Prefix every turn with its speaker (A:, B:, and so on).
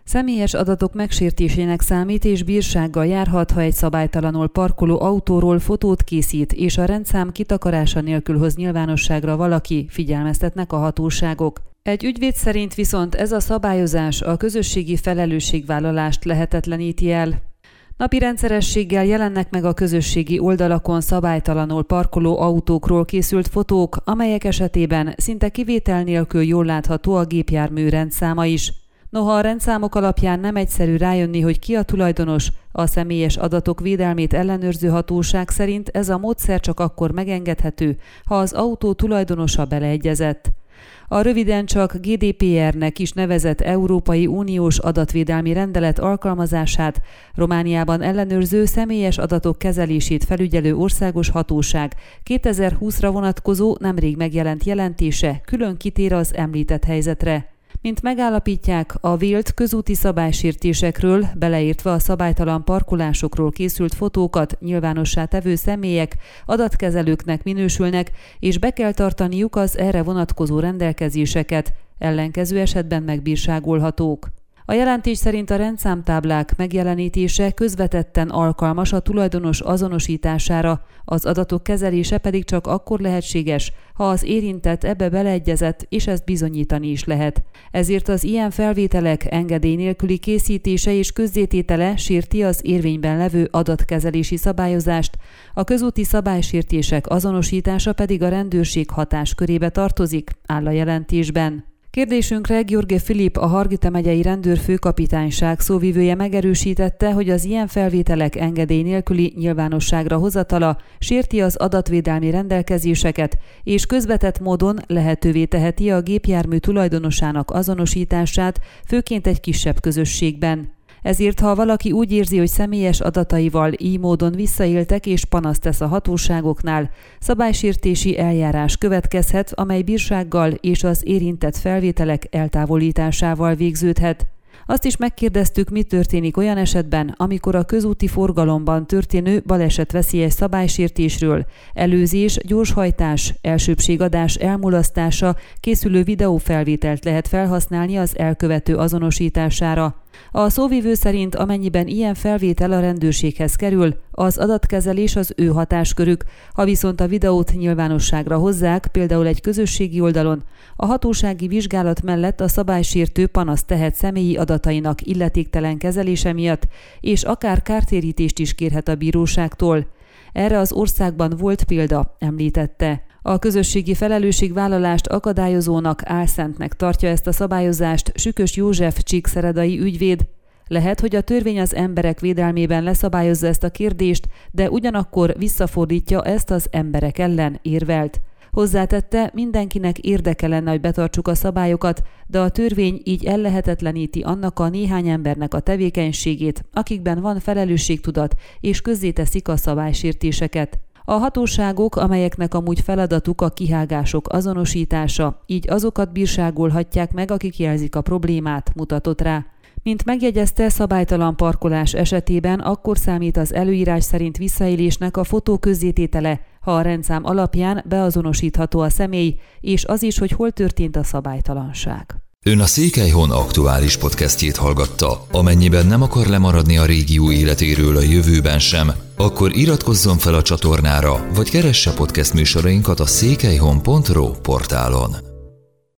A: Személyes adatok megsértésének számít és bírsággal járhat, ha egy szabálytalanul parkoló autóról fotót készít, és a rendszám kitakarása nélkül hoz nyilvánosságra valaki, figyelmeztetnek a hatóságok. Egy ügyvéd szerint viszont ez a szabályozás a közösségi felelősségvállalást lehetetleníti el. Napi rendszerességgel jelennek meg a közösségi oldalakon szabálytalanul parkoló autókról készült fotók, amelyek esetében szinte kivétel nélkül jól látható a gépjármű rendszáma is. Noha a rendszámok alapján nem egyszerű rájönni, hogy ki a tulajdonos, a személyes adatok védelmét ellenőrző hatóság szerint ez a módszer csak akkor megengedhető, ha az autó tulajdonosa beleegyezett. A röviden csak GDPR-nek is nevezett Európai Uniós adatvédelmi rendelet alkalmazását Romániában ellenőrző személyes adatok kezelését felügyelő országos hatóság 2020-ra vonatkozó nemrég megjelent jelentése külön kitér az említett helyzetre. Mint megállapítják, a vélt közúti szabálysértésekről, beleértve a szabálytalan parkolásokról készült fotókat nyilvánossá tevő személyek adatkezelőknek minősülnek, és be kell tartaniuk az erre vonatkozó rendelkezéseket, ellenkező esetben megbírságolhatók. A jelentés szerint a rendszámtáblák megjelenítése közvetetten alkalmas a tulajdonos azonosítására, az adatok kezelése pedig csak akkor lehetséges, ha az érintett ebbe beleegyezett, és ezt bizonyítani is lehet. Ezért az ilyen felvételek engedély nélküli készítése és közzététele sérti az érvényben levő adatkezelési szabályozást, a közúti szabálysértések azonosítása pedig a rendőrség hatáskörébe tartozik, áll a jelentésben. Kérdésünkre György Filip, a Hargita megyei rendőrfőkapitányság szóvivője megerősítette, hogy az ilyen felvételek engedély nélküli nyilvánosságra hozatala sérti az adatvédelmi rendelkezéseket, és közvetett módon lehetővé teheti a gépjármű tulajdonosának azonosítását, főként egy kisebb közösségben. Ezért, ha valaki úgy érzi, hogy személyes adataival így módon visszaéltek és panaszt tesz a hatóságoknál, szabálysértési eljárás következhet, amely bírsággal és az érintett felvételek eltávolításával végződhet. Azt is megkérdeztük, mi történik olyan esetben, amikor a közúti forgalomban történő balesetveszélyes szabálysértésről, előzés, gyorshajtás, elsőbbségadás elmulasztása készülő videófelvételt lehet felhasználni az elkövető azonosítására. A szóvivő szerint amennyiben ilyen felvétel a rendőrséghez kerül, az adatkezelés az ő hatáskörük, ha viszont a videót nyilvánosságra hozzák, például egy közösségi oldalon, a hatósági vizsgálat mellett a szabálysértő panaszt tehet személyi adatainak illetéktelen kezelése miatt, és akár kártérítést is kérhet a bíróságtól. Erre az országban volt példa, említette. A közösségi felelősségvállalást akadályozónak, álszentnek tartja ezt a szabályozást Sükös József csíkszeredai ügyvéd. Lehet, hogy a törvény az emberek védelmében leszabályozza ezt a kérdést, de ugyanakkor visszafordítja ezt az emberek ellen, érvelt. Hozzátette, mindenkinek érdeke lenne, hogy betartsuk a szabályokat, de a törvény így ellehetetleníti annak a néhány embernek a tevékenységét, akikben van felelősségtudat, és közzéteszik a szabálysértéseket. A hatóságok, amelyeknek amúgy feladatuk a kihágások azonosítása, így azokat bírságolhatják meg, akik jelzik a problémát, mutatott rá. Mint megjegyezte, szabálytalan parkolás esetében akkor számít az előírás szerint visszaélésnek a fotó közzététele, ha a rendszám alapján beazonosítható a személy, és az is, hogy hol történt a szabálytalanság.
B: Ön a Székelyhon aktuális podcastjét hallgatta. Amennyiben nem akar lemaradni a régió életéről a jövőben sem, akkor iratkozzon fel a csatornára, vagy keresse podcast műsorainkat a székelyhon.ro portálon.